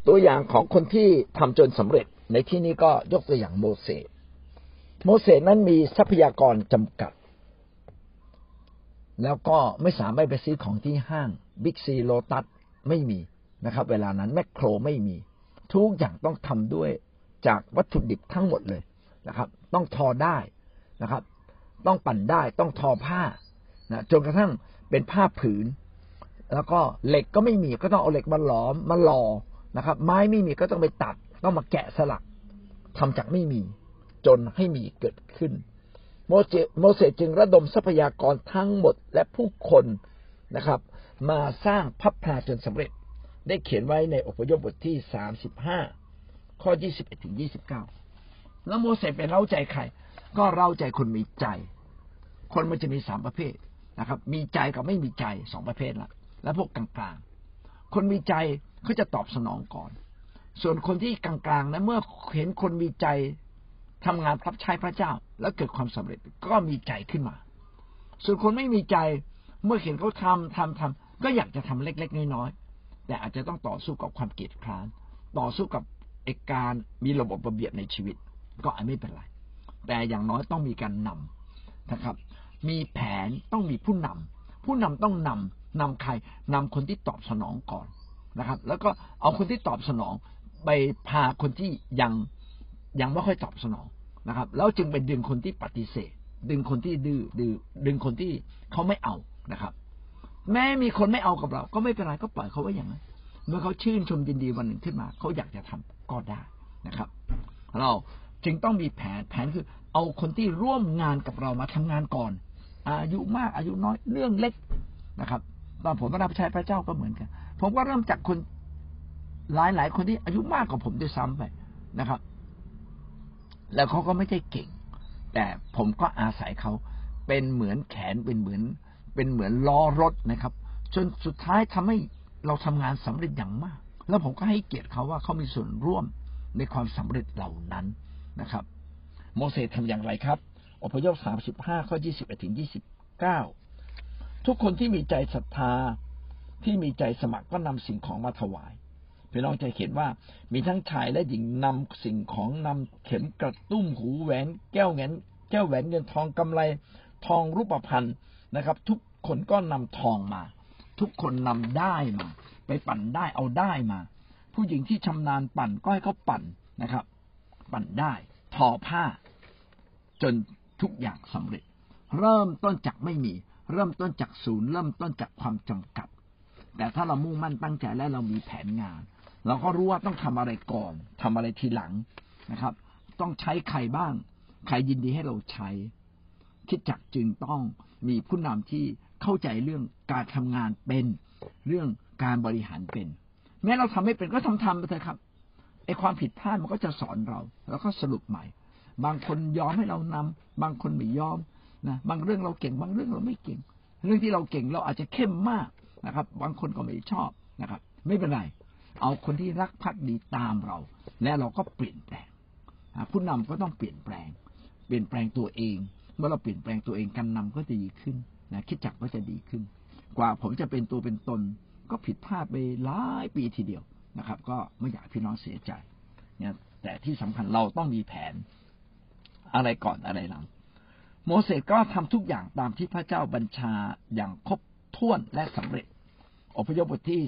ตัวอย่างของคนที่ทำจนสำเร็จในที่นี้ก็ยกตัวอย่างโมเสสนั้นมีทรัพยากรจำกัดแล้วก็ไม่สามารถไปซื้อของที่ห้างบิ๊กซีโลตัสไม่มีนะครับเวลานั้นแมคโครไม่มีทุกอย่างต้องทำด้วยจากวัตถุดิบทั้งหมดเลยนะครับต้องทอได้นะครับต้องปั่นได้ต้องทอผ้านะจนกระทั่งเป็นผ้าผืนแล้วก็เหล็กก็ไม่มีก็ต้องเอาเหล็กมาหลอมมาหล่อนะครับไม้ไม่มีก็ต้องไปตัดต้องมาแกะสลักทำจากไม่มีจนให้มีเกิดขึ้นโมเสสจึงระดมทรัพยากรทั้งหมดและผู้คนนะครับมาสร้างพระพลาจนสำเร็จได้เขียนไว้ในอพยพบทที่35ข้อ21ถึง29แล้วโมเสสไปเร้าใจใครก็เร้าใจคนมีใจคนมันจะมี3ประเภทนะครับมีใจกับไม่มีใจ2ประเภทละและพวกกลางๆคนมีใจเขาจะตอบสนองก่อนส่วนคนที่กลางๆนะเมื่อเห็นคนมีใจทำงานรับใช้พระเจ้าแล้วเกิดความสำเร็จก็มีใจขึ้นมาส่วนคนไม่มีใจเมื่อเห็นเขาทำก็อยากจะทำเล็กๆน้อยๆแต่อาจจะต้องต่อสู้กับความเกลียดคร้านต่อสู้กับการมีระบบระเบียบในชีวิตก็ไม่เป็นไรแต่อย่างน้อยต้องมีการนำนะครับมีแผนต้องมีผู้นำต้องนำใครนำคนที่ตอบสนองก่อนนะครับแล้วก็เอาคนที่ตอบสนองไปพาคนที่ยังไม่ค่อยตอบสนองนะครับแล้วจึงไปดึงคนที่ปฏิเสธดึงคนที่ดื้อดึงคนที่เขาไม่เอานะครับแม้มีคนไม่เอากับเราก็ไม่เป็นไรก็ปล่อยเขาไว้อย่างนั้นเมื่อเขาชื่นชมยินดีวันหนึ่งขึ้นมาเขาอยากจะทำก็ได้นะครับเราจึงต้องมีแผนคือเอาคนที่ร่วมงานกับเรามาทำงานก่อนอายุมากอายุน้อยเรื่องเล็กนะครับตอนผมมารับใช้พระเจ้าก็เหมือนกันผมก็เริ่มจากคนหลายคนที่อายุมากกว่าผมด้วยซ้ำไปนะครับแล้วเขาก็ไม่ได้เก่งแต่ผมก็อาศัยเขาเป็นเหมือนแขนเป็นเหมือนล้อรถนะครับจนสุดท้ายทำให้เราทำงานสำเร็จอย่างมากแล้วผมก็ให้เกียรติเขาว่าเขามีส่วนร่วมในความสำเร็จเหล่านั้นนะครับโมเสสทำอย่างไรครับอพยพ35ข้อ21ถึง29ทุกคนที่มีใจศรัทธาที่มีใจสมัครก็นำสิ่งของมาถวายพี่น้องจะเห็นว่ามีทั้งชายและหญิงนำสิ่งของนำเข็มกระตุ้มหูแหวนแก้วแหวนเงินทองกำไลทองรูปพรรณนะครับทุกคนก็นำทองมาทุกคนนำได้มาไปปั่นได้เอาได้มาผู้หญิงที่ชำนาญปั่นก็ให้เขาปั่นนะครับปั่นได้ทอผ้าจนทุกอย่างสำเร็จเริ่มต้นจากไม่มีเริ่มต้นจากศูนย์เริ่มต้นจากความจำกัดแต่ถ้าเรามุ่งมั่นตั้งใจและเรามีแผนงานเราก็รู้ว่าต้องทำอะไรก่อนทำอะไรทีหลังนะครับต้องใช้ใครบ้างใครยินดีให้เราใช้คริสตจักรจึงต้องมีผู้นำที่เข้าใจเรื่องการทำงานเป็นเรื่องการบริหารเป็นแม้เราทำไม่เป็นก็ทำไปเถอะครับไอ้ความผิดพลาดมันก็จะสอนเราแล้วก็สรุปใหม่บางคนยอมให้เรานำบางคนไม่ยอมนะบางเรื่องเราเก่งบางเรื่องเราไม่เก่งเรื่องที่เราเก่งเราอาจจะเข้มมากนะครับบางคนก็ไม่ชอบนะครับไม่เป็นไรเอาคนที่รักภักดีตามเราและเราก็เปลี่ยนแปลงผู้นำก็ต้องเปลี่ยนแปลงตัวเองเมื่อเราเปลี่ยนแปลงตัวเองการนำก็จะดีขึ้นนะคริสตจักรก็จะดีขึ้นกว่าผมจะเป็นตัวเป็นตนก็ผิดพลาดไปหลายปีทีเดียวนะครับก็ไม่อยากพี่น้องเสียใจเนี่ยแต่ที่สำคัญเราต้องมีแผนอะไรก่อนอะไรหลังโมเสสก็ทำทุกอย่างตามที่พระเจ้าบัญชาอย่างครบถ้วนและสำเร็จอพยพบทที่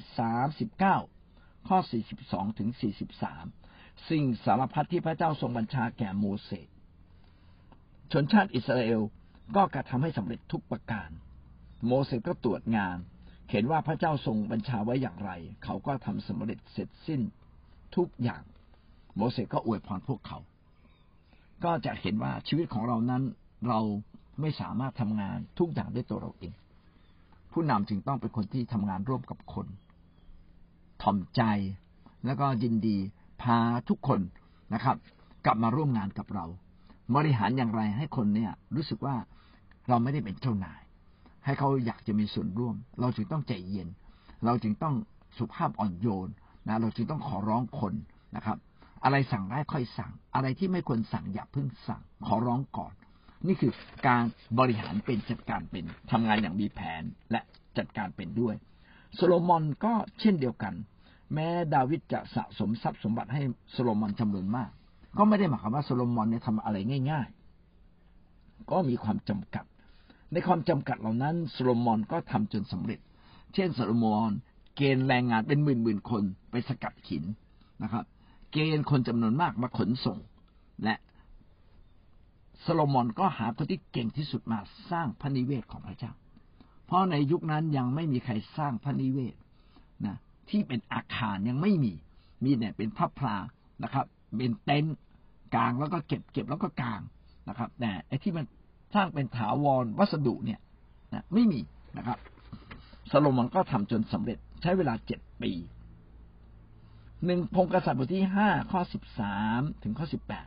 39ข้อ42ถึง43สิ่งสารพัดที่พระเจ้าทรงบัญชาแก่โมเสสชนชาติอิสราเอลก็กระทำให้สำเร็จทุกประการโมเสสก็ตรวจงานเห็นว่าพระเจ้าทรงบัญชาไว้อย่างไรเขาก็ทำสำเร็จเสร็จสิ้นทุกอย่างโมเสสก็อวยพรพวกเขาก็จะเห็นว่าชีวิตของเรานั้นเราไม่สามารถทำงานทุกอย่างด้วยตัวเราเองผู้นำจึงต้องเป็นคนที่ทำงานร่วมกับคนถ่อมใจแล้วก็ยินดีพาทุกคนนะครับกลับมาร่วมงานกับเราบริหารอย่างไรให้คนเนี่ยรู้สึกว่าเราไม่ได้เป็นเจ้านายให้เขาอยากจะมีส่วนร่วมเราจึงต้องใจเย็นเราจึงต้องสุภาพอ่อนโยนนะเราจึงต้องขอร้องคนนะครับอะไรสั่งได้ค่อยสั่งอะไรที่ไม่ควรสั่งอย่าเพิ่งสั่งขอร้องก่อนนี่คือการบริหารเป็นจัดการเป็นทำงานอย่างมีแผนและจัดการเป็นด้วยโซโลมอนก็เช่นเดียวกันแม้ดาวิดจะสะสมทรัพย์สมบัติให้โซโลมอนจำนวนมากก็ไม่ได้หมายความว่าโซโลมอนเนี่ยทำอะไรง่ายๆก็มีความจำกัดในความจำกัดเหล่านั้นโซโลมอนก็ทำจนสำเร็จเช่นโซโลมอนเกณฑ์แรงงานเป็นหมื่นๆคนไปสกัดหินนะครับเกณฑ์คนจำนวนมากมาขนส่งและโซโลมอนก็หาคนที่เก่งที่สุดมาสร้างพระนิเวศของพระเจ้าเพราะในยุคนั้นยังไม่มีใครสร้างพระนิเวศนะที่เป็นอาคารยังไม่มีเนี่ยเป็นพระพลานะครับเป็นเต็นท์กลางแล้วก็เก็บแล้วก็กลางนะครับแต่ไอ้ที่มันสร้างเป็นถาวรวัสดุเนี่ยนะไม่มีนะครับโซโลมอนก็ทำจนสำเร็จใช้เวลา7 ปี1พงศ์กษัตริย์บทที่5ข้อ13ถึงข้อ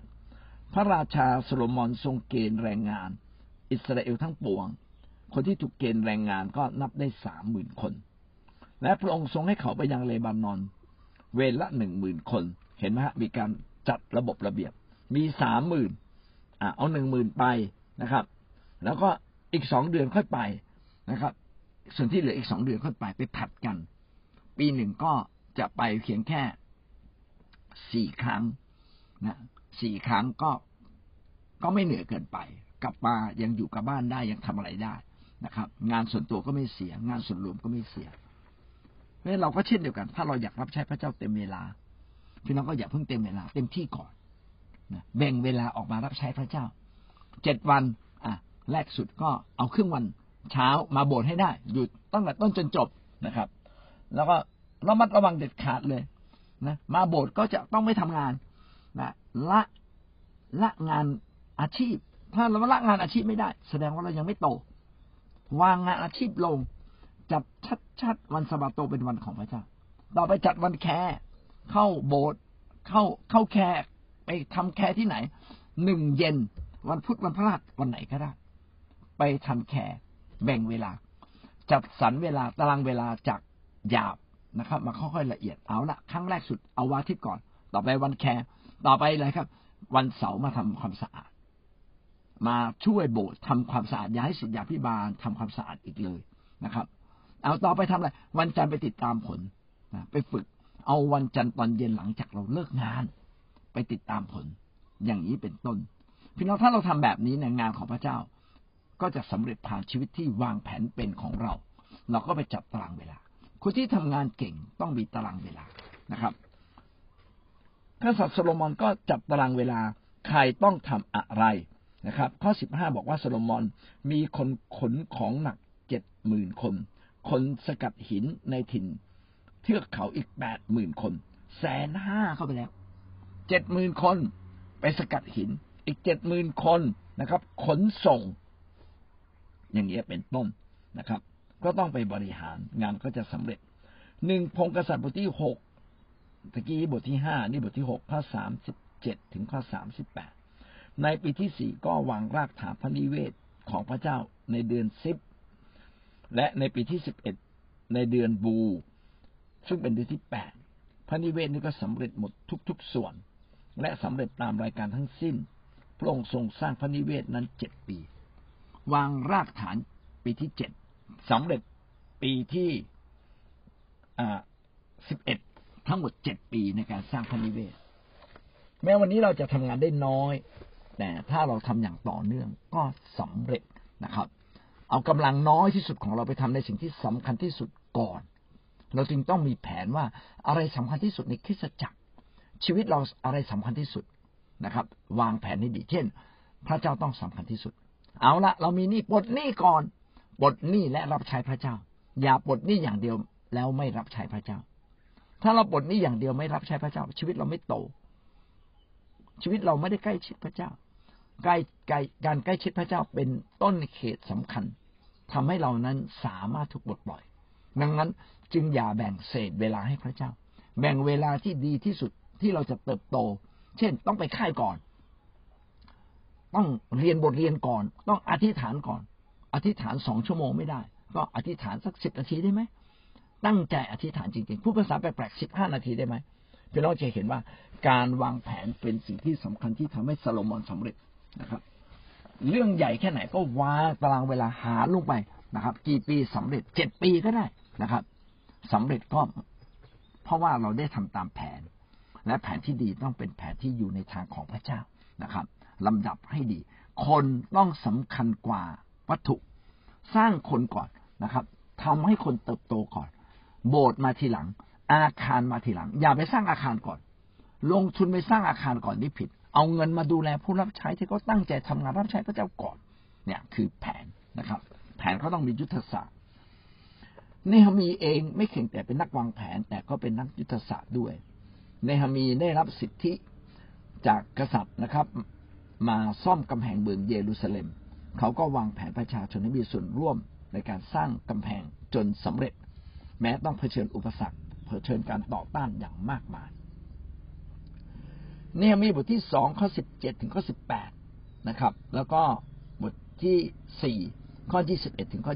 18พระราชาโซโลมอนทรงเกณฑ์แรงงานอิสราเอลทั้งปวงคนที่ถูกเกณฑ์แรงงานก็นับได้ 30,000 คนและพระองค์ทรงให้เขาไปยังเลบานอนเวรละ 10,000 คนเห็นไหมฮะมีการจัดระบบระเบียบมี 30,000เอา 10,000 ไปนะครับแล้วก็อีก2 เดือนค่อยไปนะครับส่วนที่เหลืออีก2 เดือนค่อยไปผัดกันปีหนึ่งก็จะไปเพียงแค่4 ครั้งนะ4 ครั้งก็ไม่เหนื่อยเกินไปกลับมายังอยู่กับบ้านได้ยังทำอะไรได้นะครับงานส่วนตัวก็ไม่เสียงานส่วนรวมก็ไม่เสียเพราะฉะนั้นเราก็เช่นเดียวกันถ้าเราอยากรับใช้พระเจ้าเต็มเวลาพี่น้องก็อย่าเพิ่งเต็มเวลาเต็มที่ก่อนนะแบ่งเวลาออกมารับใช้พระเจ้า7 วันแรกสุดก็เอาครึ่งวันเช้ามาโบสถ์ให้ได้อยู่ตั้งแต่ต้นจนจบนะครับแล้วก็ระมัดระวังเด็ดขาดเลยนะมาโบสถ์ก็จะต้องไม่ทำงานนะละงานอาชีพถ้าเราละงานอาชีพไม่ได้แสดงว่าเรายังไม่โตวางงานอาชีพลงจัดชัดวันสะบาโตเป็นวันของพระเจ้าต่อไปจัดวันแคร์เข้าโบสถ์เข้าแคร์ไปทำแคร์ที่ไหน1 เย็นวันพุธวันพฤหัสวันไหนก็ได้ไปทำแคร์แบ่งเวลาจัดสรรเวลาตารางเวลาจากหยาบนะครับมาค่อยๆละเอียดเอาละครั้งแรกสุดเอาวันอาทิตย์ก่อนต่อไปวันแคร์ต่อไปอะไรครับวันเสาร์มาทำความสะอาดมาช่วยโบสถ์ทำความสะอาดย้ายศิษยาภิบาลทำความสะอาดอีกเลยนะครับเอาต่อไปทำอะไรวันจันทร์ไปติดตามผลไปฝึกเอาวันจันทร์ตอนเย็นหลังจากเราเลิกงานไปติดตามผลอย่างนี้เป็นต้นพี่น้องถ้าเราทำแบบนี้ในงานของพระเจ้าก็จะสำเร็จผ่านชีวิตที่วางแผนเป็นของเราก็ไปจัดตารางเวลาคนที่ทำงานเก่งต้องมีตารางเวลานะครับกษัตริย์โซโลมอนก็จัดตารางเวลาใครต้องทำอะไรนะครับข้อ15บอกว่าโซโลมอนมีคนขนของหนัก 70,000 คนคนสกัดหินในถิ่นเทือกเขาอีก 80,000 คน150,000เข้าไปแล้ว 70,000 คนไปสกัดหินอีก 70,000 คนนะครับขนส่งอย่างนี้เป็นต้นนะครับก็ต้องไปบริหารงานก็จะสำเร็จ1พงศ์กษัตริย์บทที่6ตะกี้บทที่5นี่บทที่6ข้อ37ถึงข้อ38ในปีที่4ก็วางรากฐานพระนิเวศของพระเจ้าในเดือนซิบและในปีที่11ในเดือนบูซึ่งเป็นเดือนที่8พระนิเวศนี้ก็สำเร็จหมดทุกๆส่วนและสำเร็จตามรายการทั้งสิ้นพระองค์ทรงสร้างพระนิเวศนั้น7 ปีวางรากฐานปีที่7สำเร็จปีที่11ทั้งหมด7 ปีในการสร้างพระนิเวศแม้วันนี้เราจะทำงานได้น้อยแต่ถ้าเราทำอย่างต่อเนื่องก็สำเร็จนะครับเอากำลังน้อยที่สุดของเราไปทำในสิ่งที่สำคัญที่สุดก่อนเราจึงต้องมีแผนว่าอะไรสำคัญที่สุดในคริสตจักรชีวิตเราอะไรสำคัญที่สุดนะครับวางแผนให้ดีเช่นพระเจ้าต้องสำคัญที่สุดเอาละเรามีหนี้ปลดหนี้ก่อนปลดหนี้และรับใช้พระเจ้าอย่าปลดหนี้อย่างเดียวแล้วไม่รับใช้พระเจ้าถ้าเราปลดหนี้อย่างเดียวไม่รับใช้พระเจ้าชีวิตเราไม่โตชีวิตเราไม่ได้ใกล้ชิดพระเจ้าการใกล้ชิดพระเจ้าเป็นต้นเหตุสำคัญทำให้เรานั้นสามารถถูกปลดปล่อยดังนั้นจึงอย่าแบ่งเศษเวลาให้พระเจ้าแบ่งเวลาที่ดีที่สุดที่เราจะเติบโตเช่นต้องไปค่ายก่อนต้องเรียนบทเรียนก่อนต้องอธิษฐานก่อนอธิษฐาน2 ชั่วโมงไม่ได้ก็อธิษฐานสัก10 นาทีได้ไหมตั้งใจอธิษฐานจริงๆพูดภาษาแปลกๆ15 นาทีได้ไหมพี่น้องจะเห็นว่าการวางแผนเป็นสิ่งที่สำคัญที่ทำให้โซโลมอนสำเร็จนะครับเรื่องใหญ่แค่ไหนก็วางตารางเวลาหาลงไปนะครับกี่ปีสำเร็จ7 ปีก็ได้นะครับสำเร็จก็เพราะว่าเราได้ทำตามแผนและแผนที่ดีต้องเป็นแผนที่อยู่ในทางของพระเจ้านะครับลำดับให้ดีคนต้องสำคัญกว่าวัตถุสร้างคนก่อนนะครับทำให้คนเติบโตก่อนโบสถ์มาทีหลังอาคารมาทีหลังอย่าไปสร้างอาคารก่อนลงทุนไปสร้างอาคารก่อนนี่ผิดเอาเงินมาดูแลผู้รับใช้ที่เขาตั้งใจทำงานรับใช้พระเจ้าก่อนเนี่ยคือแผนนะครับแผนเขาต้องมียุทธศาสตร์เนหะมีเองไม่เพียงแต่เป็นนักวางแผนแต่ก็เป็นนักยุทธศาสตร์ด้วยเนหะมีได้รับสิทธิจากกษัตริย์นะครับมาซ่อมกำแพงเมืองเยรูซาเล็มเขาก็วางแผนประชาชนให้มีส่วนร่วมในการสร้างกำแพงจนสำเร็จแม้ต้องเผชิญอุปสรรคเผชิญการต่อต้านอย่างมากมายเนหะมีบทที่2ข้อ17ถึงข้อ18นะครับแล้วก็บทที่4ข้อ21ถึงข้อ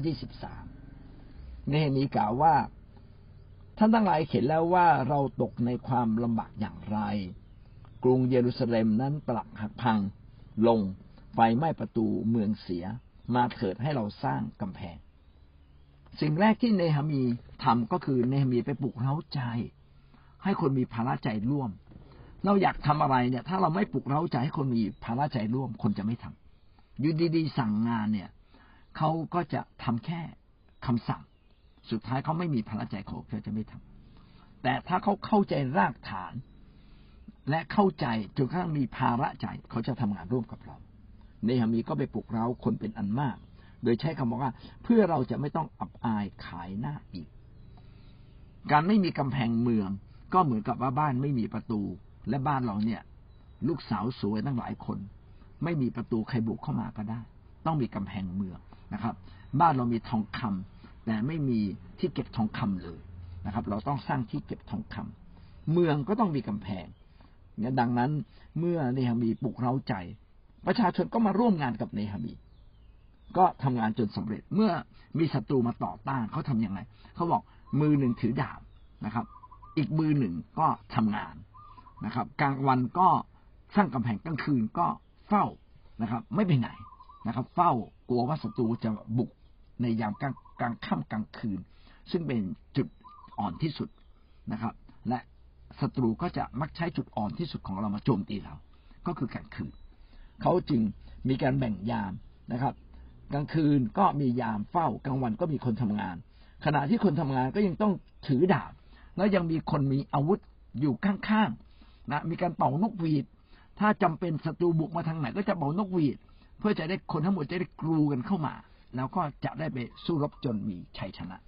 23เนหะมีกล่าวว่าท่านทั้งหลายเห็นแล้วว่าเราตกในความลำบากอย่างไรกรุงเยรูซาเล็มนั้นปรักหักพังลงไฟไหม้ประตูเมืองเสียมาเถิดให้เราสร้างกำแพงสิ่งแรกที่เนหะมีทำก็คือเนหะมีไปปลุกเร้าใจให้คนมีภาระใจร่วมเราอยากทำอะไรเนี่ยถ้าเราไม่ปลุกเร้าใจให้คนมีภาระใจร่วมคนจะไม่ทำอยู่ดีๆสั่งงานเนี่ยเขาก็จะทำแค่คำสั่งสุดท้ายเขาไม่มีภาระใจเขาจะไม่ทำแต่ถ้าเขาเข้าใจรากฐานและเข้าใจจนกระทั่งมีภาระใจเขาจะทำงานร่วมกับเราเนหะมีก็ไปปลุกเร้าคนเป็นอันมากโดยใช้คำว่าเพื่อเราจะไม่ต้องอับอายขายหน้าอีกการไม่มีกำแพงเมืองก็เหมือนกับว่าบ้านไม่มีประตูและบ้านเราเนี่ยลูกสาวสวยตั้งหลายคนไม่มีประตูใครบุกเข้ามาก็ได้ต้องมีกำแพงเมืองนะครับบ้านเรามีทองคำแต่ไม่มีที่เก็บทองคำเลยนะครับเราต้องสร้างที่เก็บทองคำเมืองก็ต้องมีกำแพงดังนั้นเมื่อเนหะมีปลุกเร้าใจประชาชนก็มาร่วมงานกับเนหะมีก็ทำงานจนสำเร็จเมื่อมีศัตรูมาต่อต้านเขาทำยังไงเขาบอกมือหนึ่งถือดาบนะครับอีกมือหนึ่งก็ทำงานนะครับกลางวันก็สร้างกำแพงกลางคืนก็เฝ้านะครับไม่ไปไหนนะครับเฝ้ากลัวว่าศัตรูจะบุกในยามกลางค่ำกลางคืนซึ่งเป็นจุดอ่อนที่สุดนะครับและศัตรูก็จะมักใช้จุดอ่อนที่สุดของเรามาโจมตีเราก็คือกลางคืนเขาจึงมีการแบ่งยามนะครับกลางคืนก็มียามเฝ้ากลางวันก็มีคนทำงานขณะที่คนทำงานก็ยังต้องถือดาบแล้วยังมีคนมีอาวุธอยู่ข้างๆนะมีการเป่านกหวีดถ้าจำเป็นศัตรูบุกมาทางไหนก็จะเป่านกหวีดเพื่อจะได้คนทั้งหมดจะได้กรูกันเข้ามาแล้วก็จะได้ไปสู้รบจนมีชัยชนะ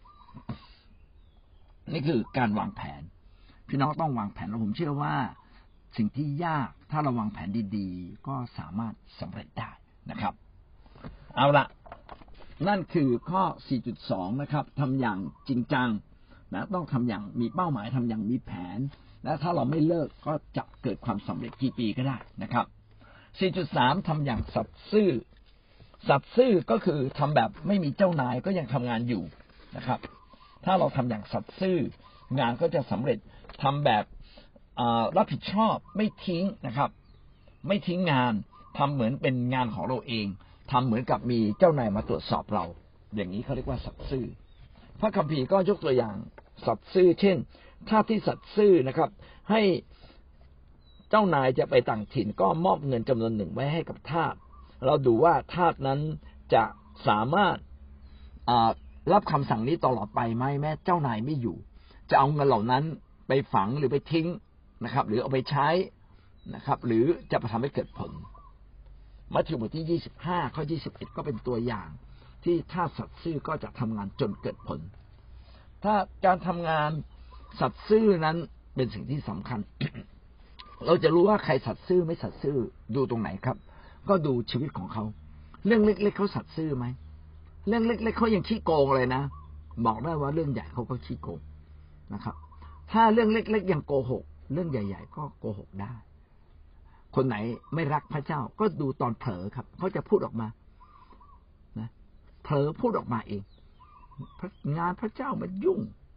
นี่คือการวางแผนพี่น้องต้องวางแผนแล้วผมเชื่อว่าสิ่งที่ยากถ้าเราวางแผนดีๆก็สามารถสำเร็จได้นะครับเอาละนั่นคือข้อ 4.2 นะครับทำอย่างจริงจังนะต้องทำอย่างมีเป้าหมายทำอย่างมีแผนและถ้าเราไม่เลิกก็จะเกิดความสำเร็จกี่ปีก็ได้นะครับ 4.3 ทำอย่างสัตย์ซื่อสัตย์ซื่อก็คือทำแบบไม่มีเจ้านายก็ยังทำงานอยู่นะครับถ้าเราทำอย่างสัตย์ซื่องานก็จะสำเร็จทำแบบรับผิดชอบไม่ทิ้งนะครับไม่ทิ้งงานทำเหมือนเป็นงานของเราเองทำเหมือนกับมีเจ้านายมาตรวจสอบเราอย่างนี้เขาเรียกว่าสัตย์ซื่อพระคัมภีร์ก็ยกตัวอย่างสัตย์ซื่อเช่นถ้าที่สัตย์ซื่อนะครับให้เจ้านายจะไปต่างถิ่นก็มอบเงินจำนวนหนึ่งไว้ให้กับทาสเราดูว่าทาสนั้นจะสามารถรับคำสั่งนี้ตลอดไปไหมแม้เจ้านายไม่อยู่จะเอาเงินเหล่านั้นไปฝังหรือไปทิ้งนะครับหรือเอาไปใช้นะครับหรือจะทำให้เกิดผลมัทธิวบทที่25ข้อ21ก็เป็นตัวอย่างที่ถ้าสัตย์ซื่อก็จะทำงานจนเกิดผลถ้าการทำงานสัตย์ซื่อนั้นเป็นสิ่งที่สำคัญ เราจะรู้ว่าใครสัตย์ซื่อไม่สัตย์ซื่อดูตรงไหนครับก็ดูชีวิตของเขาเรื่องเล็กๆเขาสัตย์ซื่อไหมเรื่องเล็กๆเขายังขี้โกงเลยนะบอกได้ว่าเรื่องใหญ่เขาก็ขี้โกงนะครับถ้าเรื่องเล็กๆยังโกหกเรื่องใหญ่ๆก็โกหกได้คนไหนไม่รักพระเจ้าก็ดูตอนเผลอครับเขาจะพูดออกมานะเผลอพูดออกมาเองงานพระเจ้ามันยุ่ง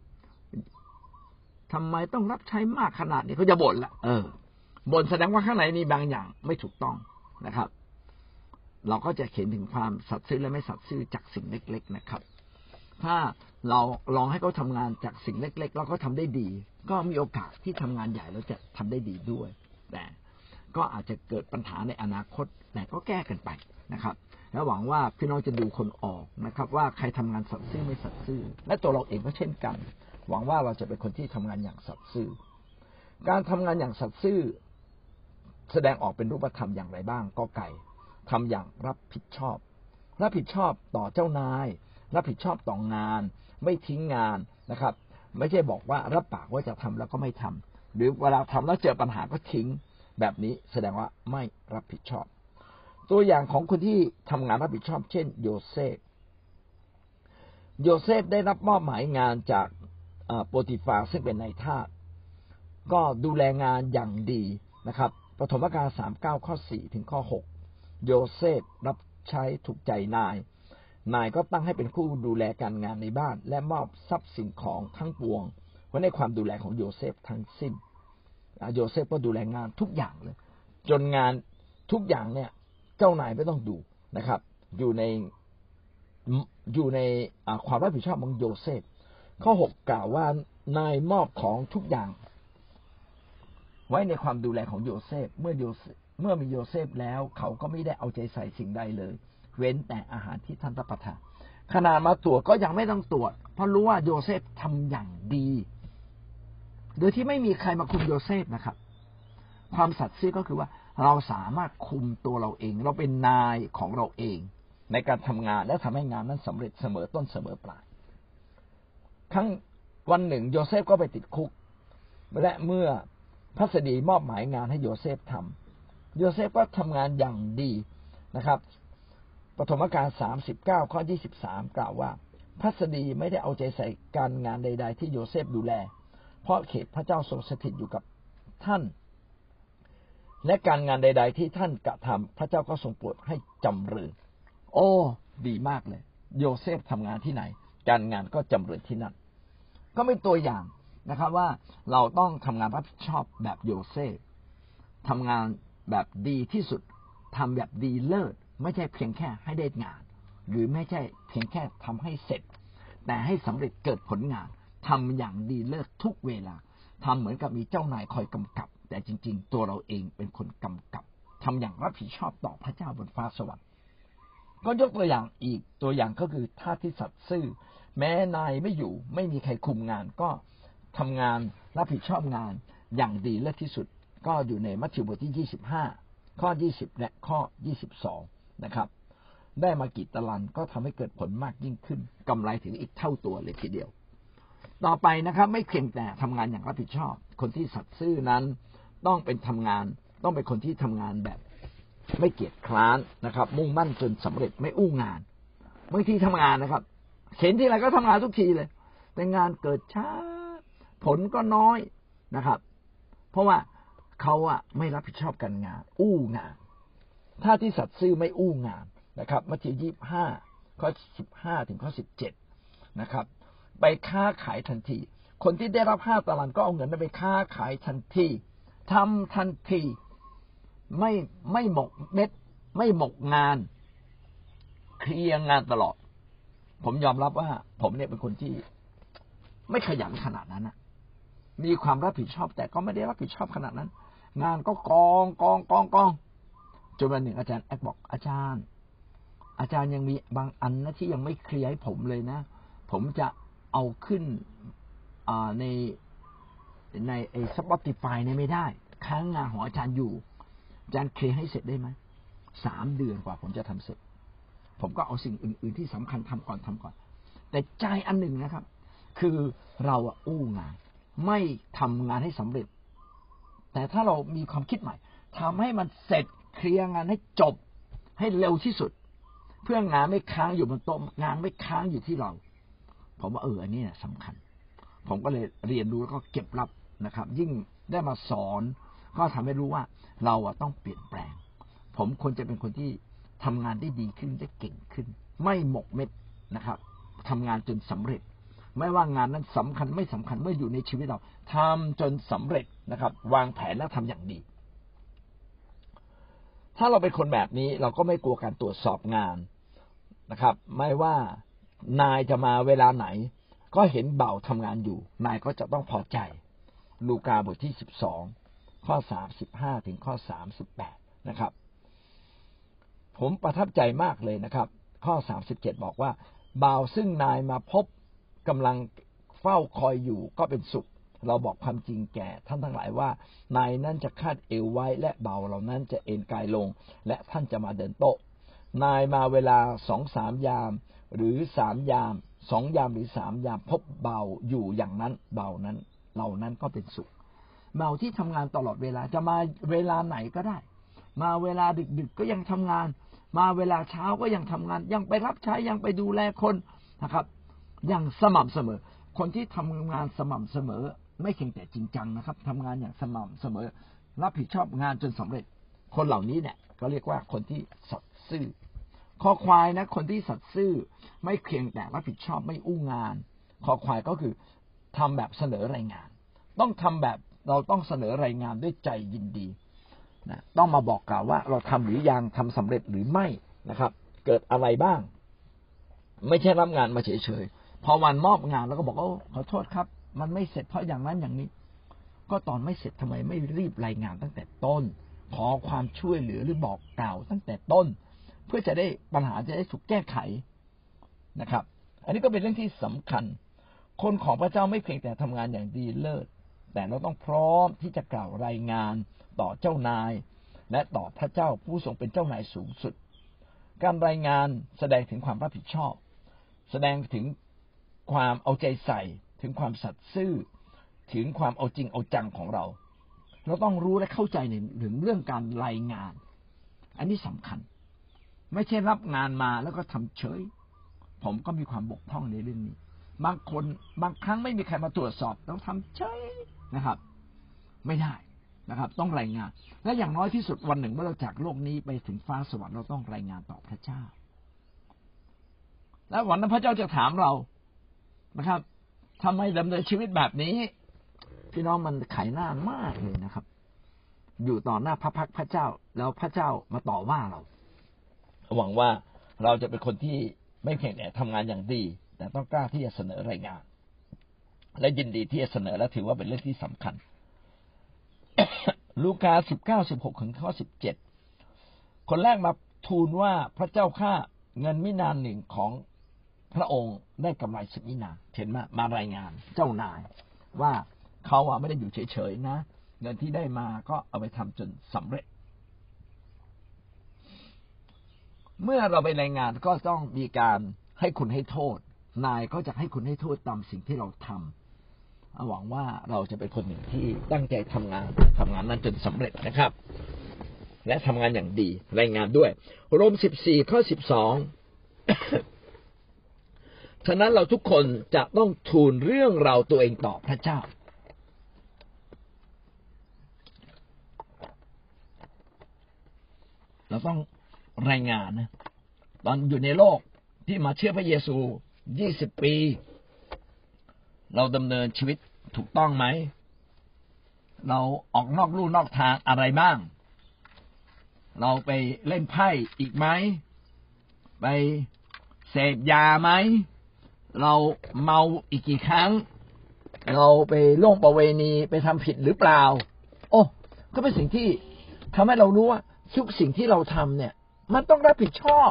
ทำไมต้องรับใช้มากขนาดนี้เขาจะบ่นละบ่นแสดงว่าข้างในมีบางอย่างไม่ถูกต้องนะครับเราก็จะเห็นถึงความสัตย์ซื่อและไม่สัตย์ซื่อจากสิ่งเล็กๆนะครับถ้าเราลองให้เขาทำงานจากสิ่งเล็กๆแล้วเขาทำได้ดีก็มีโอกาสที่ทำงานใหญ่แล้วจะทำได้ดีด้วยแต่ก็อาจจะเกิดปัญหาในอนาคตแต่ก็แก้กันไปนะครับและหวังว่าพี่น้องจะดูคนออกนะครับว่าใครทำงานสัตย์ซื่อไม่สัตย์ซื่อและตัวเราเองก็เช่นกันหวังว่าเราจะเป็นคนที่ทำงานอย่างสัตย์ซื่อการทำงานอย่างสัตย์ซื่อแสดงออกเป็นรูปธรรมอย่างไรบ้างก็ไก่ทำอย่างรับผิดชอบต่อเจ้านายรับผิดชอบต่องานไม่ทิ้งงานนะครับไม่ใช่บอกว่ารับปากว่าจะทำแล้วก็ไม่ทำหรือเวลาทำแล้วเจอปัญหาก็ทิ้งแบบนี้แสดงว่าไม่รับผิดชอบตัวอย่างของคนที่ทำงานรับผิดชอบเช่นโยเซฟได้รับมอบหมายงานจากโปติฟาซึ่งเป็นนายทาสก็ดูแลงานอย่างดีนะครับปฐมกาล39ข้อ4ถึงข้อ6โยเซฟรับใช้ถูกใจนายก็ตั้งให้เป็นผู้ดูแลการงานในบ้านและมอบทรัพย์สินของทั้งปวงไว้ในความดูแลของโยเซฟทั้งสิ้นโยเซฟก็ดูแลงานทุกอย่างเลยจนงานทุกอย่างเนี่ยเจ้านายไม่ต้องดูนะครับอยู่ในความรับผิดชอบของโยเซฟข้อ6กล่าวว่านายมอบของทุกอย่างไว้ในความดูแลของโยเซฟเมื่อมีโยเซฟแล้วเขาก็ไม่ได้เอาใจใส่สิ่งใดเลยเว้นแต่อาหารที่ท่านรับประทานขนาดมาตรวจก็ยังไม่ต้องตรวจเพราะรู้ว่าโยเซฟทำอย่างดีโดยที่ไม่มีใครมาคุมโยเซฟนะครับความสัตย์ซื่อก็คือว่าเราสามารถคุมตัวเราเองเราเป็นนายของเราเองในการทำงานและทำให้งานนั้นสำเร็จเสมอต้นเสมอปลายครั้งวันหนึ่งโยเซฟก็ไปติดคุกและเมื่อพัสดีมอบหมายงานให้โยเซฟทำโยเซฟก็ทำงานอย่างดีนะครับปฐมกาล39ข้อ23กล่าวว่าพัสดีไม่ได้เอาใจใส่การงานใดๆที่โยเซฟดูแลเพราะเขตพระเจ้าทรงสถิตอยู่กับท่านและการงานใดๆที่ท่านกระทำพระเจ้าก็ทรงโปรดให้จำเริญโอ้ดีมากเลยโยเซฟทำงานที่ไหนการงานก็จำเริญที่นั่นก็เป็นตัวอย่างนะครับว่าเราต้องทำงานรับผิดชอบแบบโยเซฟทำงานแบบดีที่สุดทำแบบดีเลิศไม่ใช่เพียงแค่ให้ได้งานหรือไม่ใช่เพียงแค่ทำให้เสร็จแต่ให้สำเร็จเกิดผลงานทำอย่างดีเลิศทุกเวลาทำเหมือนกับมีเจ้านายคอยกำกับแต่จริงๆตัวเราเองเป็นคนกำกับทำอย่างรับผิดชอบต่อพระเจ้าบนฟ้าสวรรค์ก็ยกตัวอย่างอีกตัวอย่างก็คือท่าที่สัตย์ซื่อแม้นายไม่อยู่ไม่มีใครคุมงานก็ทำงานรับผิดชอบงานอย่างดีเลิศที่สุดก็อยู่ในมัทธิวบทที่25ข้อ20และข้อ22นะครับได้มากี่ตะลันก็ทำให้เกิดผลมากยิ่งขึ้นกำไรถึงอีกเท่าตัวเลยทีเดียวต่อไปนะครับไม่เพียงแต่ทำงานอย่างรับผิดชอบคนที่สัตย์ซื่อนั้นต้องเป็นคนที่ทำงานแบบไม่เกียจคร้านนะครับมุ่งมั่นจนสำเร็จไม่อู้งานบางทีทำงานนะครับเห็นที่ไรก็ทำงานทุกทีเลยแต่งานเกิดช้าผลก็น้อยนะครับเพราะว่าเขาไม่รับผิดชอบการงานอู้งานถ้าที่สัตย์ซื่อไม่อู้งานนะครับมัทธิว25ข้อ15ถึงข้อ17นะครับไปค้าขายทันทีคนที่ได้รับ5ตะลันก็เอาเงินนั้นไปค้าขายทันทีทำทันทีไม่หมกเม็ดไม่หมกงานเคลียร์งานตลอดผมยอมรับว่าผมเนี่ยเป็นคนที่ไม่ขยันขนาดนั้นนะมีความรับผิดชอบแต่ก็ไม่ได้รับผิดชอบขนาดนั้นงานก็กองจนวันหนึ่งอาจารย์แอคบอกอาจารย์ยังมีบางอันนะที่ยังไม่เคลียร์ให้ผมเลยนะผมจะเอาขึ้นในSpotify เนี่ยไม่ได้ค้างงานของอาจารย์อยู่อาจารย์เคลียร์ให้เสร็จได้ไหม3 เดือนกว่าผมจะทำเสร็จผมก็เอาสิ่งอื่นๆที่สำคัญทำก่อนแต่ใจอันหนึ่งนะครับคือเราอู้งานไม่ทำงานให้สำเร็จแต่ถ้าเรามีความคิดใหม่ทำให้มันเสร็จเคลียร์งานให้จบให้เร็วที่สุดเพื่องานไม่ค้างอยู่บนโต๊ะงานไม่ค้างอยู่ที่เราผมว่าอันนี้สำคัญผมก็เลยเรียนรู้แล้วก็เก็บรับนะครับยิ่งได้มาสอนก็ทำให้รู้ว่าเราต้องเปลี่ยนแปลงผมควรจะเป็นคนที่ทำงานได้ดีขึ้นได้เก่งขึ้นไม่หมกเม็ดนะครับทำงานจนสำเร็จไม่ว่างานนั้นสำคัญไม่สำคัญเมื่ออยู่ในชีวิตเราทำจนสำเร็จนะครับวางแผนและทำอย่างดีถ้าเราเป็นคนแบบนี้เราก็ไม่กลัวการตรวจสอบงานนะครับไม่ว่านายจะมาเวลาไหนก็เห็นบ่าวทำงานอยู่นายก็จะต้องพอใจลูกาบทที่12ข้อ35ถึงข้อ38นะครับผมประทับใจมากเลยนะครับข้อ37บอกว่าบ่าวซึ่งนายมาพบกำลังเฝ้าคอยอยู่ก็เป็นสุขเราบอกความจริงแก่ท่านทั้งหลายว่านายนั้นจะคาดเอวไว้และบ่าวเหล่านั้นจะเอนกายลงและท่านจะมาเดินโต๊ะนายมาเวลา 2-3 ยามหรือ3 ยาม2 ยามหรือ3 ยามพบบ่าวอยู่อย่างนั้นบ่าวนั้นเหล่านั้นก็เป็นสุขบ่าวที่ทำงานตลอดเวลาจะมาเวลาไหนก็ได้มาเวลาดึกๆก็ยังทำงานมาเวลาเช้าก็ยังทำงานยังไปรับใช้ยังไปดูแลคนนะครับอย่างสม่ำเสมอคนที่ทำงานสม่ำเสมอไม่เพียงแต่จริงจังนะครับทำงานอย่างสม่ำเสมอรับผิดชอบงานจนสำเร็จคนเหล่านี้เนี่ยก็เรียกว่าคนที่สัตย์ซื่อคอควายนะคนที่สัตย์ซื่อไม่เพียงแต่รับผิดชอบไม่อู้งานคอควายก็คือทำแบบเสนอรายงานต้องทำแบบเราต้องเสนอรายงานด้วยใจยินดีนะต้องมาบอกกล่าวว่าเราทำหรือยังทำสำเร็จหรือไม่นะครับเกิดอะไรบ้างไม่ใช่รับงานมาเฉยๆพอวันมอบงานแล้วก็บอกขอโทษครับมันไม่เสร็จเพราะอย่างนั้นอย่างนี้ก็ตอนไม่เสร็จทำไมไม่รีบรายงานตั้งแต่ต้นขอความช่วยเหลือหรือบอกกล่าวตั้งแต่ต้นเพื่อจะได้ปัญหาจะได้ถูกแก้ไขนะครับอันนี้ก็เป็นเรื่องที่สำคัญคนของพระเจ้าไม่เพียงแต่ทำงานอย่างดีเลิศแต่เราต้องพร้อมที่จะกล่าวรายงานต่อเจ้านายและต่อพระเจ้าผู้ทรงเป็นเจ้านายสูงสุดการรายงานแสดงถึงความรับผิดชอบแสดงถึงความเอาใจใส่ถึงความสัตย์ซื่อถึงความเอาจริงเอาจังของเราต้องรู้และเข้าใจในเรื่องการรายงานอันนี้สำคัญไม่ใช่รับงานมาแล้วก็ทำเฉยผมก็มีความบกพร่องในเรื่องนี้บางคนบางครั้งไม่มีใครมาตรวจสอบต้องทำเฉยนะครับไม่ได้นะครับต้องรายงานและอย่างน้อยที่สุดวันหนึ่งเมื่อเราจากโลกนี้ไปถึงฟ้าสวรรค์เราต้องรายงานต่อพระเจ้าและวันนั้นพระเจ้าจะถามเรานะครับทำไมดำเนินชีวิตแบบนี้พี่น้องมันไขหน้ามากเลยนะครับอยู่ต่อหน้าพระพักพระเจ้าแล้วพระเจ้ามาต่อว่าเราหวังว่าเราจะเป็นคนที่ไม่เพียงแต่ทำงานอย่างดีแต่ต้องกล้าที่จะเสนอรายงานและยินดีที่จะเสนอและถือว่าเป็นเรื่องที่สำคัญ ลูกา 19:16 ถึงข้อ 17คนแรกมาทูลว่าพระเจ้าข้าเงินมินาหนึ่งของพระองค์ได้กำไร10 มินาเห็นมารายงานเจ้านายว่าเขาไม่ได้อยู่เฉยๆนะเงินที่ได้มาก็เอาไปทำจนสำเร็จเมื่อเราไปรายงานก็ต้องมีการให้คุณให้โทษนายก็จะให้คุณให้โทษตามสิ่งที่เราทำหวังว่าเราจะเป็นคนหนึ่งที่ตั้งใจทำงานนั้นจนสำเร็จนะครับและทำงานอย่างดีรายงานด้วยโรม 14 ข้อ 12 ฉะนั้นเราทุกคนจะต้องทูลเรื่องราวตัวเองต่อพระเจ้าเราต้องรายงานนะตอนอยู่ในโลกที่มาเชื่อพระเยซู20 ปีเราดำเนินชีวิตถูกต้องไหมเราออกนอกลู่นอกทางอะไรบ้างเราไปเล่นไพ่อีกไหมไปเสพยาไหมเราเมาอีกกี่ครั้งเราไปล่วงประเวณีไปทำผิดหรือเปล่าก็เป็นสิ่งที่ทำให้เรารู้ว่าทุกสิ่งที่เราทำเนี่ยมันต้องรับผิดชอบ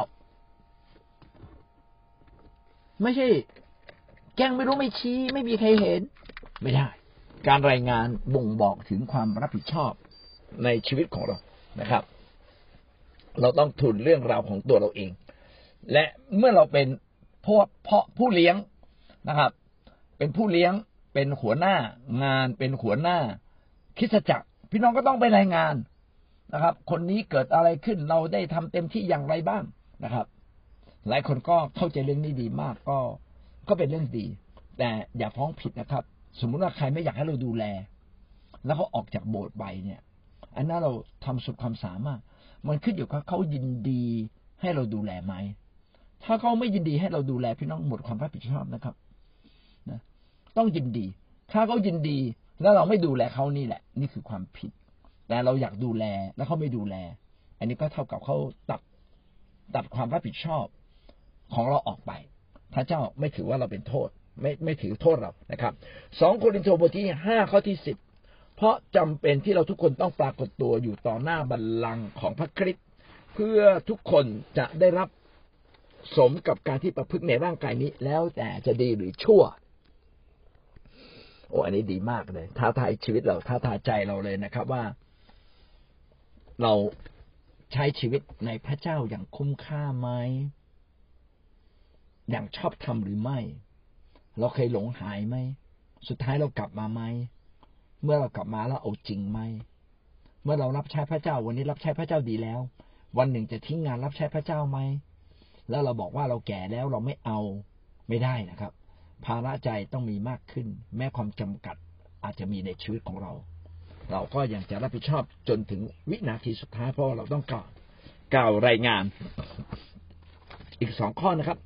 ไม่ใช่แกล้งไม่รู้ไม่ชี้ไม่มีใครเห็นไม่ได้การรายงานบ่งบอกถึงความรับผิดชอบในชีวิตของเรานะครับเราต้องทูลเรื่องราวของตัวเราเองและเมื่อเราเป็นผู้เลี้ยงนะครับเป็นผู้เลี้ยงเป็นหัวหน้างานเป็นหัวหน้าคริสตจักรพี่น้องก็ต้องไปรายงานนะครับคนนี้เกิดอะไรขึ้นเราได้ทำเต็มที่อย่างไรบ้างนะครับหลายคนก็เข้าใจเรื่องนี้ดีมากก็เป็นเรื่องดีแต่อย่าฟ้องผิดนะครับสมมุติว่าใครไม่อยากให้เราดูแลแล้วเขาออกจากโบสถ์ไปเนี่ยอันนั้นเราทำสุดความสามารถมันขึ้นอยู่กับเขายินดีให้เราดูแลไหมถ้าเขาไม่ยินดีให้เราดูแลพี่น้องหมดความรับผิดชอบนะครับนะต้องยินดีถ้าเขายินดีแล้วเราไม่ดูแลเขานี่แหละนี่คือความผิดแต่เราอยากดูแลแล้วเขาไม่ดูแลอันนี้ก็เท่ากับเขาตัดความรับผิดชอบของเราออกไปพระเจ้าไม่ถือว่าเราเป็นโทษไม่ถือโทษเรานะครับ2 โครินธ์บทที่5ข้อที่10เพราะจำเป็นที่เราทุกคนต้องปรากฏตัวอยู่ต่อหน้าบัลลังก์ของพระคริสต์เพื่อทุกคนจะได้รับสมกับการที่ประพฤติในร่างกายนี้แล้วแต่จะดีหรือชั่วอันนี้ดีมากเลยท้าทายชีวิตเราท้าทายใจเราเลยนะครับว่าเราใช้ชีวิตในพระเจ้าอย่างคุ้มค่าไหมอย่างชอบธรรมหรือไม่เราเคยหลงหายไหมสุดท้ายเรากลับมาไหมเมื่อเรากลับมาแล้วเอาจริงไหมเมื่อเรารับใช้พระเจ้าวันนี้รับใช้พระเจ้าดีแล้ววันหนึ่งจะทิ้งงานรับใช้พระเจ้าไหมแล้วเราบอกว่าเราแก่แล้วเราไม่เอาไม่ได้นะครับภาระใจต้องมีมากขึ้นแม้ความจำกัดอาจจะมีในชีวิตของเราเราก็ยังจะรับผิดชอบจนถึงวินาทีสุดท้ายเพราะเราต้องกล่าวรายงานอีก2 ข้อนะครับ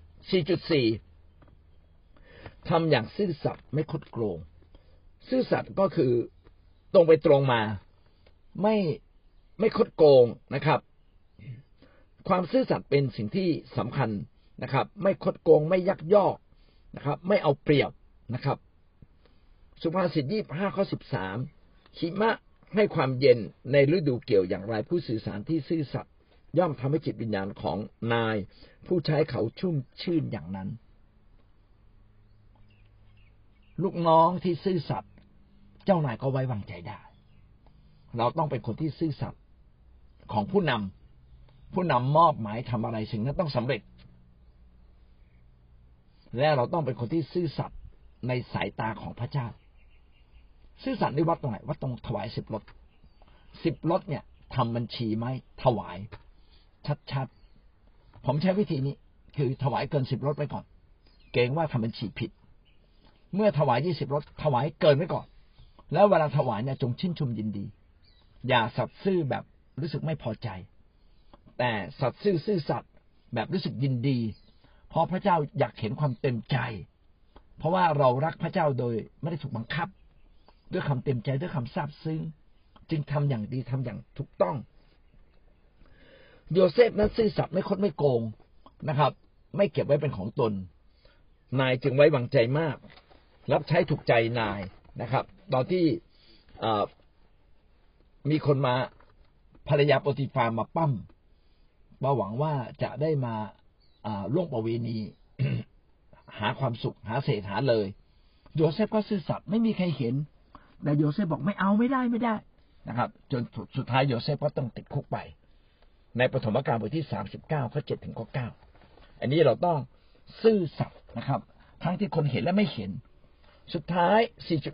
4.4 ทำอย่างซื่อสัตย์ไม่คดโกงซื่อสัตย์ก็คือตรงไปตรงมาไม่คดโกงนะครับความซื่อสัตย์เป็นสิ่งที่สำคัญนะครับไม่คดโกงไม่ยักยอกนะครับไม่เอาเปรียบนะครับสุภาษิต25ข้อ13หิมะให้ความเย็นในฤดูเกี่ยวอย่างไรผู้สื่อสารที่ซื่อสัตย์ย่อมทำให้จิตวิญญาณของนายผู้ใช้เขาชุ่มชื่นอย่างนั้นลูกน้องที่ซื่อสัตย์เจ้านายก็ไว้วางใจได้เราต้องเป็นคนที่ซื่อสัตย์ของผู้นำมอบหมายทำอะไรสิ่งนั้นต้องสำเร็จและเราต้องเป็นคนที่ซื่อสัตย์ในสายตาของพระเจ้าซื่อสัตย์ในวัดตรงไหนวัดตรงถวาย10 รถ10 รถเนี่ยทำบัญชีไหมถวายชัดๆผมใช้วิธีนี้คือถวายเกิน10 รถไปก่อนเกรงว่าทำบัญชีผิดเมื่อถวาย20 รถถวายเกินไว้ก่อนแล้วเวลาถวายเนี่ยจงชื่นชมยินดีอย่าสัตย์ซื่อแบบรู้สึกไม่พอใจแต่สัตย์ซื่อสัตย์แบบรู้สึกยินดีเพราะพระเจ้าอยากเห็นความเต็มใจเพราะว่าเรารักพระเจ้าโดยไม่ได้ถูกบังคับด้วยคำเต็มใจด้วยคำซาบซึ้งจึงทำอย่างดีทำอย่างถูกต้องโยเซฟนั้นซื่อสัตย์ไม่คดไม่โกงนะครับไม่เก็บไว้เป็นของตนนายจึงไว้วางใจมากรับใช้ถูกใจนายนะครับตอนที่มีคนมาภรรยาโปติฟามาปั้มมาหวังว่าจะได้มาล่วงประเวณี หาความสุขหาเศษหาเลยโยเซฟก็ซื่อสัตย์ไม่มีใครเห็นแต่โยเซฟบอกไม่เอาไม่ได้นะครับจนสุดท้ายโยเซฟก็ต้องติดคุกไปในปฐมกาลบทที่39ข้อ7ถึงข้อ9อันนี้เราต้องซื่อสัตย์นะครับทั้งที่คนเห็นและไม่เห็นสุดท้าย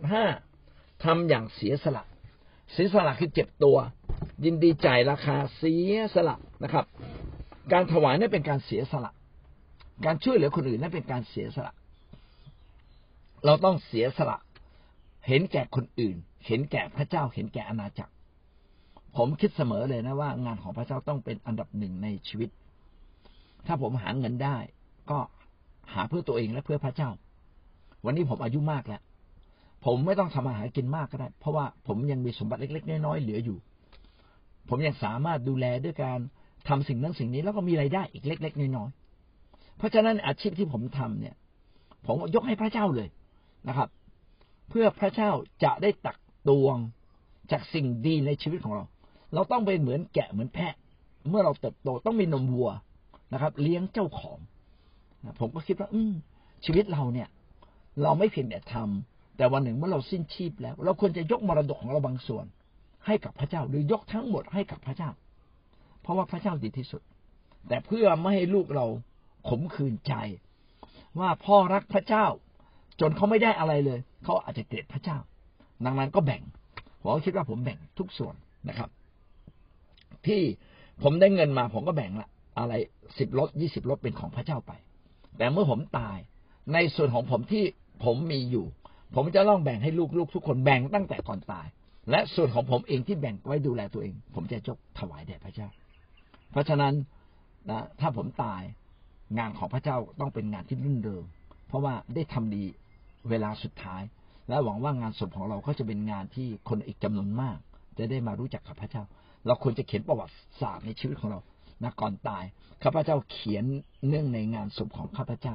4.5 ทำอย่างเสียสละคือเจ็บตัวยินดีจ่ายราคาเสียสละนะครับการถวายนั่นเป็นการเสียสละการช่วยเหลือคนอื่นนั่นเป็นการเสียสละเราต้องเสียสละเห็นแก่คนอื่นเห็นแก่พระเจ้าเห็นแก่อาณาจักรผมคิดเสมอเลยนะว่างานของพระเจ้าต้องเป็นอันดับ1ในชีวิตถ้าผมหาเงินได้ก็หาเพื่อตัวเองและเพื่อพระเจ้าวันนี้ผมอายุมากแล้วผมไม่ต้องทำอาหารกินมากก็ได้เพราะว่าผมยังมีสมบัติเล็กๆน้อยๆเหลืออยู่ผมยังสามารถดูแลด้วยการทำสิ่งนั้นสิ่งนี้แล้วก็มีรายได้อีกเล็กๆน้อยๆเพราะฉะนั้นอาชีพที่ผมทำเนี่ยผมยกให้พระเจ้าเลยนะครับเพื่อพระเจ้าจะได้ตักตวงจากสิ่งดีในชีวิตของเราเราต้องเป็นเหมือนแกะเหมือนแพะเมื่อเราเติบโตต้องมีนมวัวนะครับเลี้ยงเจ้าของผมก็คิดว่าชีวิตเราเนี่ยเราไม่เพียงแต่ทำแต่วันหนึ่งเมื่อเราสิ้นชีพแล้วเราควรจะยกมรดกของเราบางส่วนให้กับพระเจ้าหรือยกทั้งหมดให้กับพระเจ้าเพราะว่าพระเจ้าดีที่สุดแต่เพื่อไม่ให้ลูกเราขมขื่นใจว่าพ่อรักพระเจ้าจนเขาไม่ได้อะไรเลยเขาอาจจะเกลียดพระเจ้าดังนั้นก็แบ่งผมคิดว่าผมแบ่งทุกส่วนนะครับที่ผมได้เงินมาผมก็แบ่งละอะไร10 รถ20 รถเป็นของพระเจ้าไปแต่เมื่อผมตายในส่วนของผมที่ผมมีอยู่ผมจะต้องแบ่งให้ลูกๆทุกคนแบ่งตั้งแต่ก่อนตายและส่วนของผมเองที่แบ่งไว้ดูแลตัวเองผมจะยกถวายแด่พระเจ้าเพราะฉะนั้นนะถ้าผมตายงานของพระเจ้าต้องเป็นงานที่รื่นเริงเพราะว่าได้ทำดีเวลาสุดท้ายและหวังว่างานศพของเราก็จะเป็นงานที่คนอีกจำนวนมากจะได้มารู้จักกับพระเจ้าเราควรจะเขียนประวัติศาสตร์ในชีวิตของเรานะก่อนตายข้าพเจ้าเขียนเนื่องในงานศพของข้าพเจ้า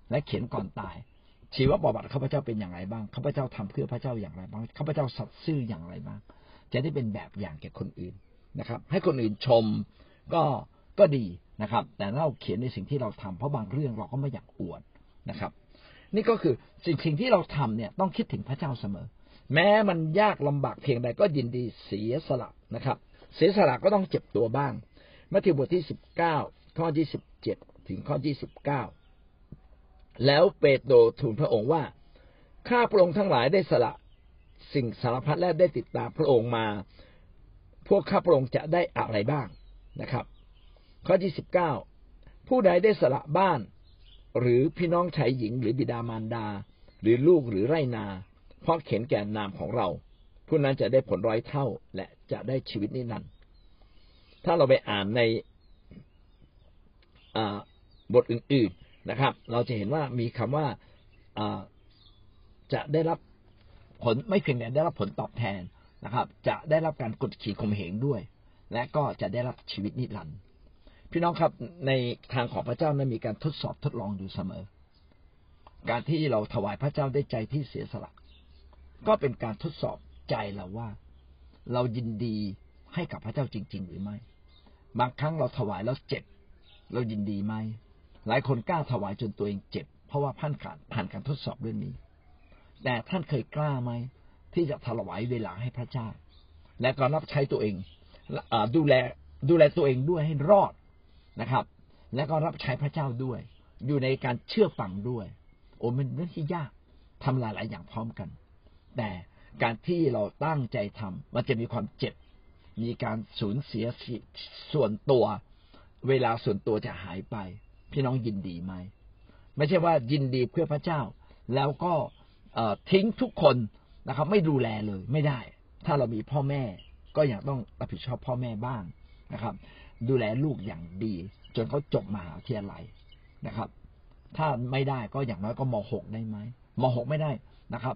และเขียนก่อนตายชีวประวัติข้าพเจ้าเป็นอย่างไรบ้างข้าพเจ้าทำเพื่อพระเจ้าอย่างไรบ้างข้าพเจ้าสัตย์ซื่ออย่างไรบ้างจะได้เป็นแบบอย่างแก่คนอื่นนะครับให้คนอื่นชมก็ดีนะครับแต่เราเขียนในสิ่งที่เราทำเพราะบางเรื่องเราก็ไม่อยากอวดนะครับนี่ก็คือสิ่งที่เราทำเนี่ยต้องคิดถึงพระเจ้าเสมอแม้มันยากลำบากเพียงใดก็ยินดีเสียสละนะครับเสียสละก็ต้องเจ็บตัวบ้างมัทธิวบทที่19ข้อที่17ถึงข้อที่19แล้วเปโตรทูลพระองค์ว่าข้าพระองค์ทั้งหลายได้สละสิ่งสารพัดและได้ติดตามพระองค์มาพวกข้าพระองค์จะได้อะไรบ้างนะครับข้อที่19ผู้ใดได้สละบ้านหรือพี่น้องชายหญิงหรือบิดามารดาหรือลูกหรือไร่นาเพราะเข็นแก่นามของเราผู้นั้นจะได้ผลร้อยเท่าและจะได้ชีวิตนิรันดร์ถ้าเราไปอ่านในบทอื่นๆนะครับเราจะเห็นว่ามีคำว่าจะได้รับผลไม่เพียงแต่ได้รับผลตอบแทนนะครับจะได้รับการกดขี่ข่มเหงด้วยและก็จะได้รับชีวิตนิรันดร์พี่น้องครับในทางของพระเจ้านั้นมีการทดสอบทดลองอยู่เสมอการที่เราถวายพระเจ้าด้วยใจที่เสียสละก็เป็นการทดสอบใจเราว่าเรายินดีให้กับพระเจ้าจริงๆหรือไม่บางครั้งเราถวายแล้วเจ็บเรายินดีไหมหลายคนกล้าถวายจนตัวเองเจ็บเพราะว่าผ่านการทดสอบเรื่องนี้แต่ท่านเคยกล้าไหมที่จะถวายเวลาให้พระเจ้าและก็รับใช้ตัวเองดูแลตัวเองด้วยให้รอดนะครับและก็รับใช้พระเจ้าด้วยอยู่ในการเชื่อฟังด้วยมันเรื่องที่ยากทำหลายๆอย่างพร้อมกันแต่การที่เราตั้งใจทำมันจะมีความเจ็บมีการสูญเสียส่วนตัวเวลาส่วนตัวจะหายไปพี่น้องยินดีไหมไม่ใช่ว่ายินดีเพื่อพระเจ้าแล้วก็ทิ้งทุกคนนะครับไม่ดูแลเลยไม่ได้ถ้าเรามีพ่อแม่ก็ยังต้องรับผิดชอบพ่อแม่บ้างนะครับดูแลลูกอย่างดีจนเขาจบมหาวิทยาลัยนะครับถ้าไม่ได้ก็อย่างน้อยก็ม.6 ได้ไหมม.6 ไม่ได้นะครับ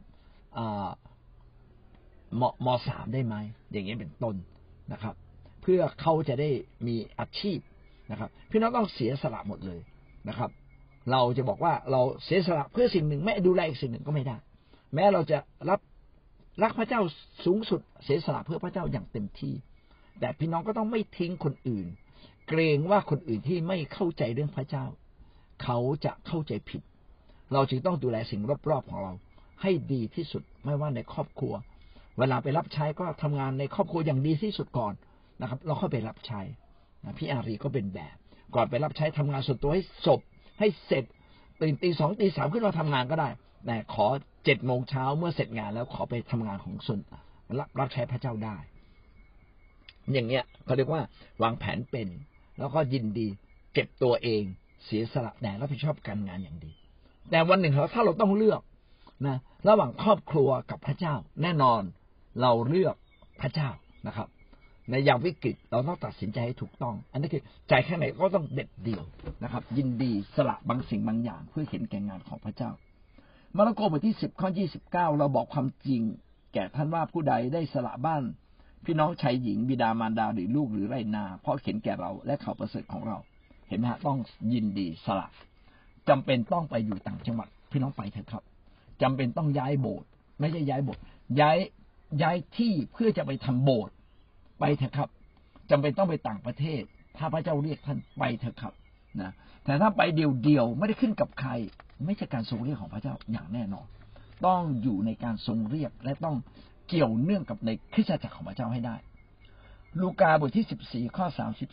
ม.3 ได้ไหมอย่างนี้เป็นต้นนะครับเพื่อเขาจะได้มีอาชีพนะครับพี่น้องต้องเสียสละหมดเลยนะครับเราจะบอกว่าเราเสียสละเพื่อสิ่งหนึ่งไม่ดูแลอีกสิ่งหนึ่งก็ไม่ได้แม้เราจะรักพระเจ้าสูงสุดเสียสละเพื่อพระเจ้าอย่างเต็มที่แต่พี่น้องก็ต้องไม่ทิ้งคนอื่นเกรงว่าคนอื่นที่ไม่เข้าใจเรื่องพระเจ้าเขาจะเข้าใจผิดเราจึงต้องดูแลสิ่งรอบๆของเราให้ดีที่สุดไม่ว่าในครอบครัวเวลาไปรับใช้ก็ทำงานในครอบครัวอย่างดีที่สุดก่อนนะครับเราค่อยไปรับใช้พี่อารีก็เป็นแบบก่อนไปรับใช้ทำงานส่วนตัวให้เสร็จตื่นตี 2 ตี 3ขึ้นมาทำงานก็ได้แต่ขอ 7 โมงเช้าเมื่อเสร็จงานแล้วขอไปทำงานของส่วนรับใช้พระเจ้าได้อย่างเงี้ยเขาเรียกว่าวางแผนเป็นแล้วก็ยินดีเก็บตัวเองเสียสละแต่รับผิดชอบการงานอย่างดีแต่วันหนึ่งถ้าเราต้องเลือกนะระหว่างครอบครัวกับพระเจ้าแน่นอนเราเลือกพระเจ้านะครับในยามวิกฤตเราต้องตัดสินใจให้ถูกต้องอันนี้คือใจข้างในก็ต้องเด็ดเดี่ยวนะครับยินดีสละบางสิ่งบางอย่างเพื่อเห็นแก่งานของพระเจ้ามาระโกบทที่10ข้อ29เราบอกความจริงแก่ท่านว่าผู้ใดได้สละบ้านพี่น้องชายหญิงบิดามารดาหรือลูกหรือไรนาเพราะเห็นแก่เราและเขาประเสริฐของเราเห็นไหมฮะต้องยินดีสละจำเป็นต้องไปอยู่ต่างจังหวัดพี่น้องไปเถอะครับจำเป็นต้องย้ายโบสถ์ไม่ใช่ย้ายโบสถ์ย้ายที่เพื่อจะไปทำโบสถ์ไปเถอะครับจำเป็นต้องไปต่างประเทศถ้าพระเจ้าเรียกท่านไปเถอะครับนะแต่ถ้าไปเดียวไม่ได้ขึ้นกับใครไม่ใช่การทรงเรียกของพระเจ้าอย่างแน่นอนต้องอยู่ในการทรงเรียกและต้องเกี่ยวเนื่องกับในคริสตจักรของพระเจ้าให้ได้ลูกาบทที่14ข้อ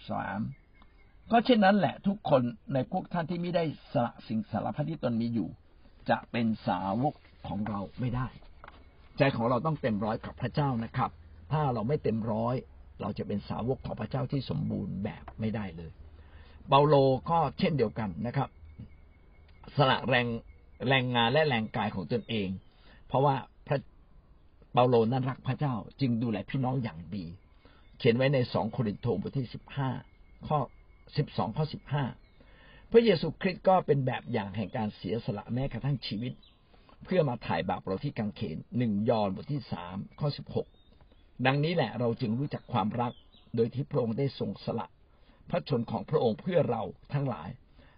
33ก็เช่นนั้นแหละทุกคนในพวกท่านที่ไม่ได้สละสิ่งสารพัดที่ตนมีอยู่จะเป็นสาวกของเราไม่ได้ใจของเราต้องเต็มร้อยกับพระเจ้านะครับถ้าเราไม่เต็มร้อยเราจะเป็นสาวกของพระเจ้าที่สมบูรณ์แบบไม่ได้เลยเปาโลก็เช่นเดียวกันนะครับสละแรงงานและแรงกายของตนเองเพราะว่าเปาโลนั้นรักพระเจ้าจึงดูแลพี่น้องอย่างดีเขียนไว้ใน2 โครินธ์บทที่15ข้อ12ข้อ15พระเยซูคริสต์ก็เป็นแบบอย่างแห่งการเสียสละแม้กระทั่งชีวิตเพื่อมาถ่ายบาปเราที่กางเขน1 ยอห์นบทที่3ข้อ16ดังนี้แหละเราจึงรู้จักความรักโดยที่พระองค์ได้ทรงสละพระชนของพระองค์เพื่อเราทั้งหลาย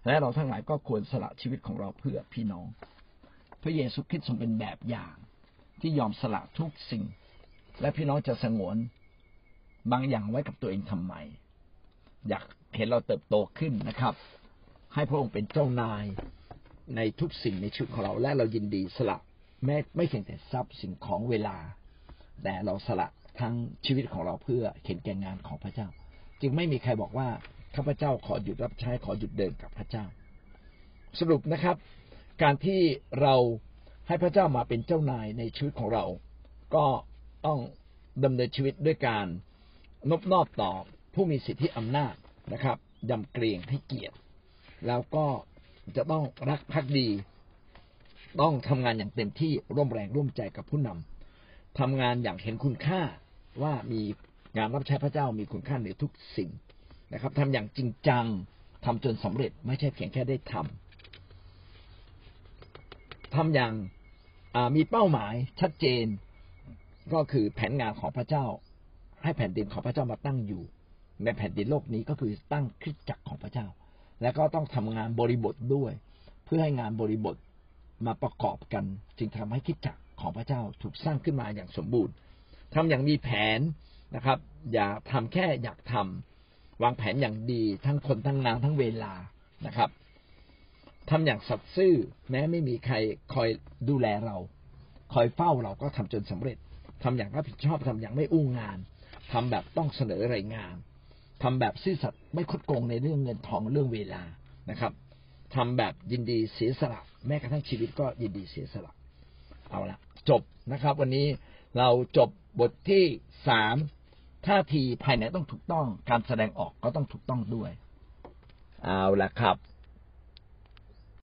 และเราทั้งหลายก็ควรสละชีวิตของเราเพื่อพี่น้องพระเยซูคริสต์ทรงเป็นแบบอย่างที่ยอมสละทุกสิ่งและพี่น้องจะสงวนบางอย่างไว้กับตัวเองทำไมอยากเห็นเราเติบโตขึ้นนะครับให้พระองค์เป็นเจ้านายในทุกสิ่งในชีวิตของเราและเรายินดีสละไม่เพียงแต่ทรัพย์สิ่งของเวลาแต่เราสละทั้งชีวิตของเราเพื่อเห็นแก่งานของพระเจ้าจึงไม่มีใครบอกว่าข้าพเจ้าขอหยุดรับใช้ขอหยุดเดินกับพระเจ้าสรุปนะครับการที่เราให้พระเจ้ามาเป็นเจ้านายในชีวิตของเราก็ต้องดำเนินชีวิตด้วยการนอบน้อมต่อผู้มีสิทธิอำนาจนะครับยำเกรงให้เกียรติแล้วก็จะต้องรักภักดีต้องทำงานอย่างเต็มที่ร่วมแรงร่วมใจกับผู้นำทำงานอย่างเห็นคุณค่าว่ามีงานรับใช้พระเจ้ามีคุณค่าเหนือทุกสิ่งนะครับทำอย่างจริงจังทำจนสำเร็จไม่ใช่เพียงแค่ได้ทำอย่างมีเป้าหมายชัดเจนก็คือแผนงานของพระเจ้าให้แผ่นดินของพระเจ้ามาตั้งอยู่ในแผ่นดินโลกนี้ก็คือตั้งคริสตจักรของพระเจ้าและก็ต้องทำงานบริบทด้วยเพื่อให้งานบริบทมาประกอบกันจึงทำให้คริสตจักรของพระเจ้าถูกสร้างขึ้นมาอย่างสมบูรณ์ทำอย่างมีแผนนะครับอย่าทำแค่อยากทำวางแผนอย่างดีทั้งคนทั้งงานทั้งเวลานะครับทำอย่างสัตย์ซื่อแม้ไม่มีใครคอยดูแลเราคอยเฝ้าเราก็ทำจนสำเร็จทำอย่างรับผิดชอบทำอย่างไม่อู้งานทำแบบต้องเสนอรายงานทำแบบซื่อสัตย์ไม่คดโกงในเรื่องเงินทองเรื่องเวลานะครับทำแบบยินดีเสียสละแม้กระทั่งชีวิตก็ยินดีเสียสละเอาละจบนะครับวันนี้เราจบบทที่3ท่าทีภายในต้องถูกต้องการแสดงออกก็ต้องถูกต้องด้วยเอาละครับ